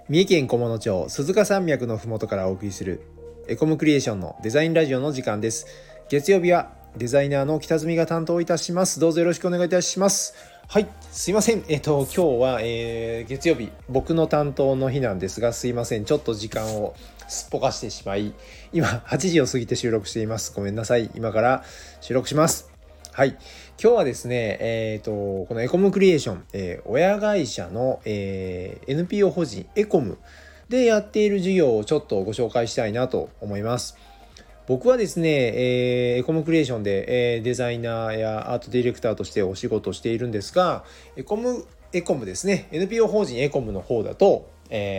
三重県菰野町鈴鹿山脈のふもとからお送りするエコムクリエーションのデザインラジオの時間です。月曜日はデザイナーの北住が担当いたします。どうぞよろしくお願いいたします。はい、すいません。今日は、月曜日僕の担当の日なんですが、すいません。ちょっと時間をすっぽかしてしまい、今8時を過ぎて収録しています。ごめんなさい。今から収録します。はい、今日はですね、このエコムクリエーション、親会社の、NPO 法人エコムでやっている事業をちょっとご紹介したいなと思います。僕はですね、エコムクリエーションで、デザイナーやアートディレクターとしてお仕事をしているんですが、エコムですね、NPO 法人エコムの方だと、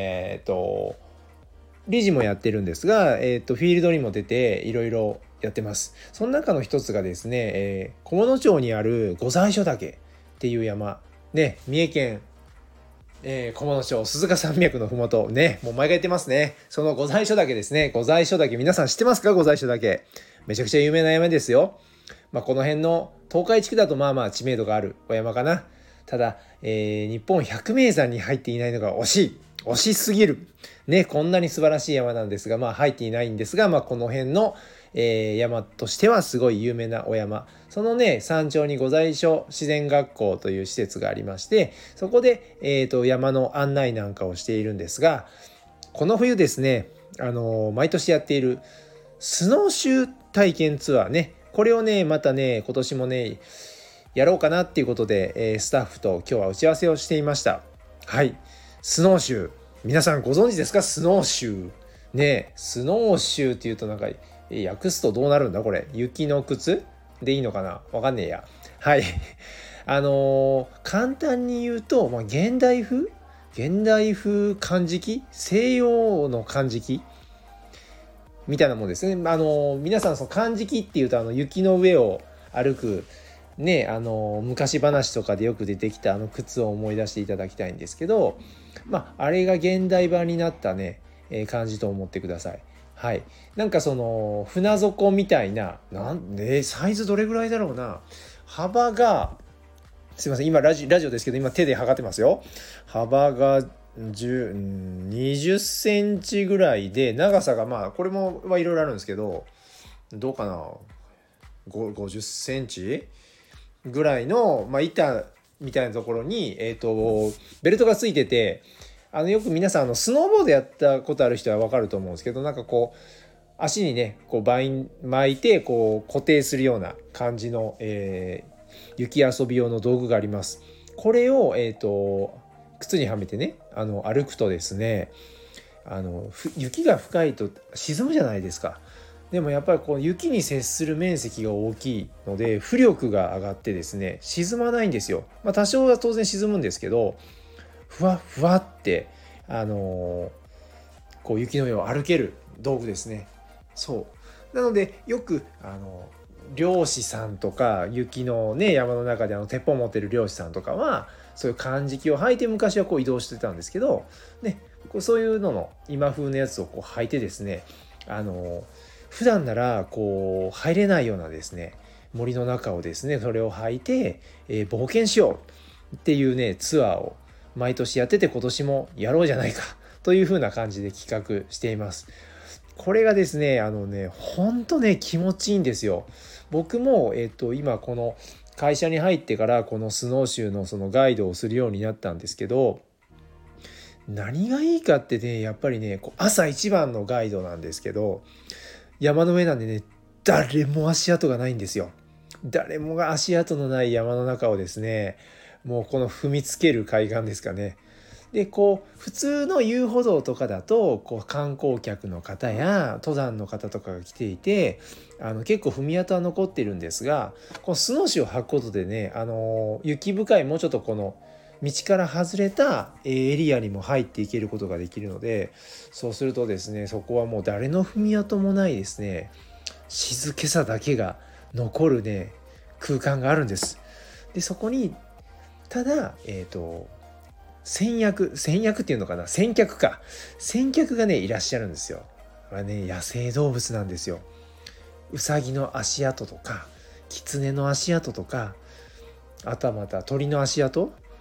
理事もやってるんですが、フィールドにも出ていろいろやってます。その中の一つがですね、菰野町にある御在所岳っていう山ね、三重県、菰野町鈴鹿山脈のふもとね、もう毎回言ってますね。その御在所岳ですね。御在所岳、皆さん知ってますか？御在所岳、めちゃくちゃ有名な山ですよ。この辺の東海地区だとまあまあ知名度があるお山かな。ただ、日本百名山に入っていないのが惜しすぎるね。こんなに素晴らしい山なんですが、入っていないんですが、この辺の、山としてはすごい有名なお山、そのね山頂に御在所自然学校という施設がありまして、そこで、山の案内なんかをしているんですが、この冬ですね、毎年やっているスノーシュー体験ツアーね、これをねまたね今年もねやろうかなっていうことで、スタッフと今日は打ち合わせをしていました。はい、スノーシュー、皆さんご存知ですか？スノーシューね。スノーシューっていうとなんか訳すとどうなるんだこれ、雪の靴でいいのかな、わかんねえや。はい簡単に言うと、現代風漢字記、西洋の漢字記みたいなもんですね。皆さんその漢字記っていうと雪の上を歩くね、昔話とかでよく出てきた靴を思い出していただきたいんですけど、あれが現代版になったね、漢字と思ってください。はい、なんかその船底みたいな、サイズどれぐらいだろうな、幅が、すいません今ラジオですけど今手で測ってますよ。幅が20センチぐらいで、長さがこれもいろいろあるんですけど、どうかな、50センチぐらいの、板みたいなところに、ベルトがついてて、よく皆さんスノーボードやったことある人は分かると思うんですけど、なんかこう足にねこう巻いてこう固定するような感じの、雪遊び用の道具があります。これを、靴にはめてね歩くとですね、雪が深いと沈むじゃないですか。でもやっぱりこう雪に接する面積が大きいので浮力が上がってですね沈まないんですよ。多少は当然沈むんですけど、ふわふわってこう雪の上を歩ける道具ですね。そうなのでよく漁師さんとか雪のね山の中で鉄砲を持ってる漁師さんとかはそういう漢字機を履いて昔はこう移動してたんですけどね、そういうのの今風のやつをこう履いてですね、普段ならこう入れないようなですね森の中をですねそれを履いて、冒険しようっていうねツアーを毎年やってて、今年もやろうじゃないかという風な感じで企画しています。これがですねほんとね気持ちいいんですよ。僕も今この会社に入ってからこのスノーシューのそのガイドをするようになったんですけど、何がいいかってねやっぱりね朝一番のガイドなんですけど、山の上なんでね誰も足跡がないんですよ。誰もが足跡のない山の中をですね、もうこの踏みつける海岸ですかね。でこう普通の遊歩道とかだとこう観光客の方や登山の方とかが来ていて結構踏み跡は残っているんですが、このスノーシューを履くことでね雪深いもうちょっとこの道から外れたエリアにも入っていけることができるので、そうするとですねそこはもう誰の踏み跡もないですね静けさだけが残るね空間があるんです。でそこにただ先客っていうのかな、先客がねいらっしゃるんですよ。これね野生動物なんですよ。ウサギの足跡とかキツネの足跡とか、あとはまた鳥の足跡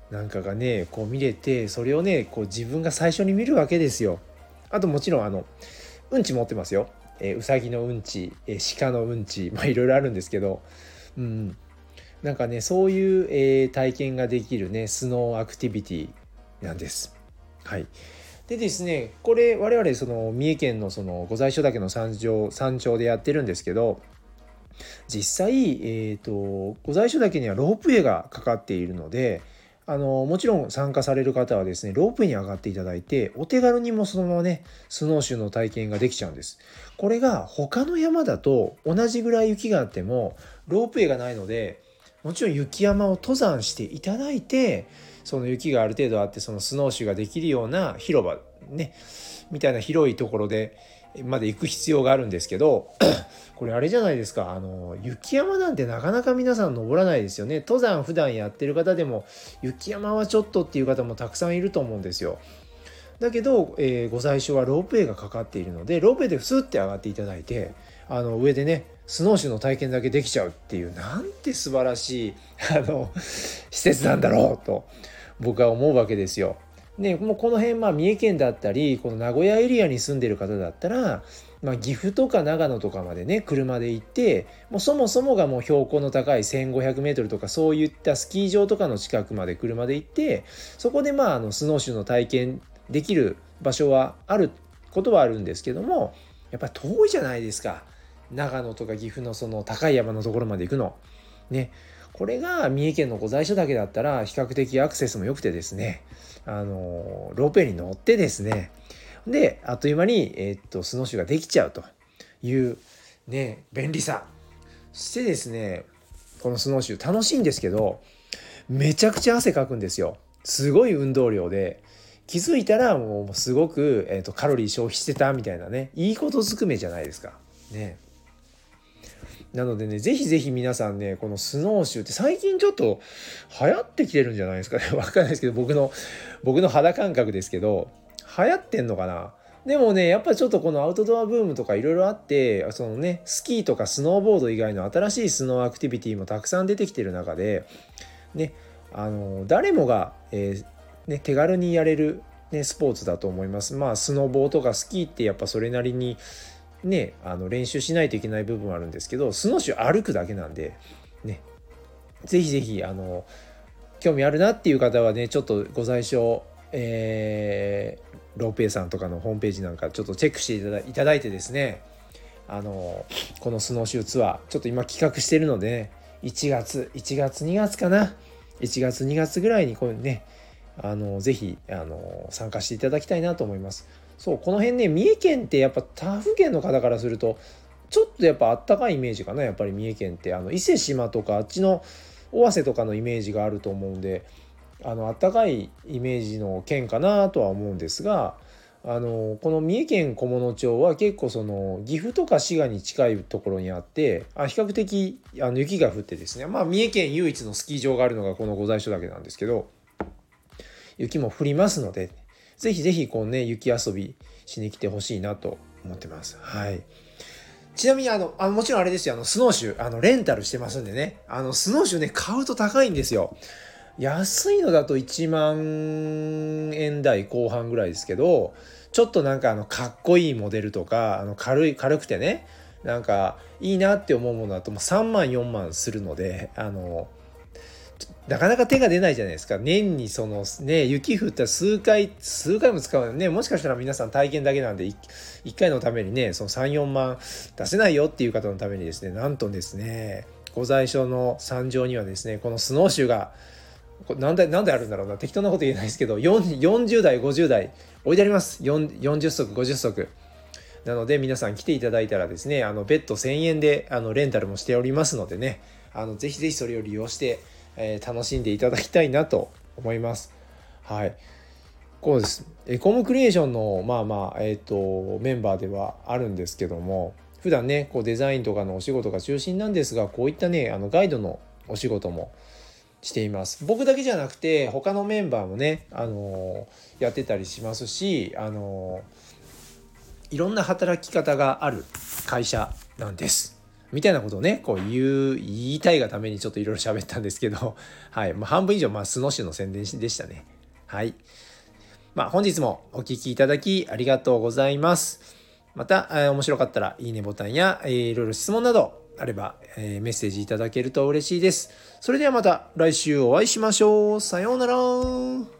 なんかがねこう見れて、それをねこう自分が最初に見るわけですよ。あともちろんうんち持ってますよ。うさぎのうんち、鹿のうんち、いろいろあるんですけど、なんかねそういう、体験ができるねスノーアクティビティなんです。はい。でですね、これ我々その三重県のその御在所岳の山頂でやってるんですけど、実際、御在所岳にはロープウェイがかかっているので、もちろん参加される方はですねロープウェイに上がっていただいて、お手軽にもそのままねスノーシューの体験ができちゃうんです。これが他の山だと同じぐらい雪があってもロープウェイがないので、もちろん雪山を登山していただいて、その雪がある程度あってそのスノーシューができるような広場ねみたいな広いところでまで行く必要があるんですけどこれあれじゃないですか、雪山なんてなかなか皆さん登らないですよね。登山普段やってる方でも雪山はちょっとっていう方もたくさんいると思うんですよ。だけど、ご在所はロープウェイがかかっているので、ロープウェイでスッて上がっていただいて、上でねスノーシューの体験だけできちゃうっていう、なんて素晴らしい施設なんだろうと僕は思うわけですよ。ね、もうこの辺、三重県だったりこの名古屋エリアに住んでる方だったら、岐阜とか長野とかまでね車で行って、もうそもそもがもう標高の高い 1500m とかそういったスキー場とかの近くまで車で行って、そこでスノーシューの体験できる場所はあることはあるんですけども、やっぱり遠いじゃないですか。長野とか岐阜のその高い山のところまで行くのね。これが三重県の御在所岳だったら比較的アクセスも良くてですね、ロープウェイに乗ってですね、であっという間に、スノーシューができちゃうというね便利さ。そしてですね、このスノーシュー楽しいんですけど、めちゃくちゃ汗かくんですよ。すごい運動量で、気づいたらもうすごく、カロリー消費してたみたいなね、いいことずくめじゃないですかね。なのでね、ぜひぜひ皆さんね、このスノーシューって最近ちょっと流行ってきてるんじゃないですかね。わかんないですけど、僕の肌感覚ですけど、流行ってんのかな。でもね、やっぱりちょっとこのアウトドアブームとかいろいろあって、そのね、スキーとかスノーボード以外の新しいスノーアクティビティもたくさん出てきてる中で、ね、誰もが、手軽にやれる、ね、スポーツだと思います。スノボーとかスキーってやっぱそれなりにね、練習しないといけない部分はあるんですけど、スノーシュー歩くだけなんで、ね、ぜひぜひ興味あるなっていう方はね、ちょっとご在所、ローペイさんとかのホームページなんかちょっとチェックしていただいてですね、このスノーシューツアーちょっと今企画してるので、ね、1月2月かな、1月2月ぐらいにこうねぜひ参加していただきたいなと思います。そう、この辺ね、三重県ってやっぱ他府県の方からするとちょっとやっぱあったかいイメージかな。やっぱり三重県って伊勢志摩とかあっちの尾鷲とかのイメージがあると思うんで、あったかいイメージの県かなとは思うんですが、この三重県菰野町は結構その岐阜とか滋賀に近いところにあって、比較的雪が降ってですね、三重県唯一のスキー場があるのがこの御在所岳なんですけど、雪も降りますので、ぜひぜひこうね雪遊びしに来てほしいなと思ってます。はい。ちなみにもちろんあれですよ、スノーシューレンタルしてますんでね、スノーシューね買うと高いんですよ。安いのだと1万円台後半ぐらいですけど、ちょっとなんかかっこいいモデルとか軽くてね、なんかいいなって思うものだともう3万4万するので、なかなか手が出ないじゃないですか。年にそのね雪降ったら数回も使うよね。もしかしたら皆さん体験だけなんで 1回のためにねその3、4万出せないよっていう方のためにですね、なんとですね御在所の山上にはですねこのスノーシューが何台あるんだろうな、適当なこと言えないですけど40台50台置いてあります。40足50足なので、皆さん来ていただいたらですね別途1000円でレンタルもしておりますのでね、ぜひぜひそれを利用して楽しんでいただきたいなと思います。はい。こうです。エコムクリエーションのメンバーではあるんですけども、普段ねこうデザインとかのお仕事が中心なんですが、こういったねガイドのお仕事もしています。僕だけじゃなくて他のメンバーもねやってたりしますし、いろんな働き方がある会社なんです。 みたいなことをねこう言いたいがためにちょっといろいろ喋ったんですけど、はい、半分以上スノッシュの宣伝でしたね。はい。本日もお聞きいただきありがとうございます。また、面白かったらいいねボタンや、いろいろ質問などあれば、メッセージいただけると嬉しいです。それではまた来週お会いしましょう。さようなら。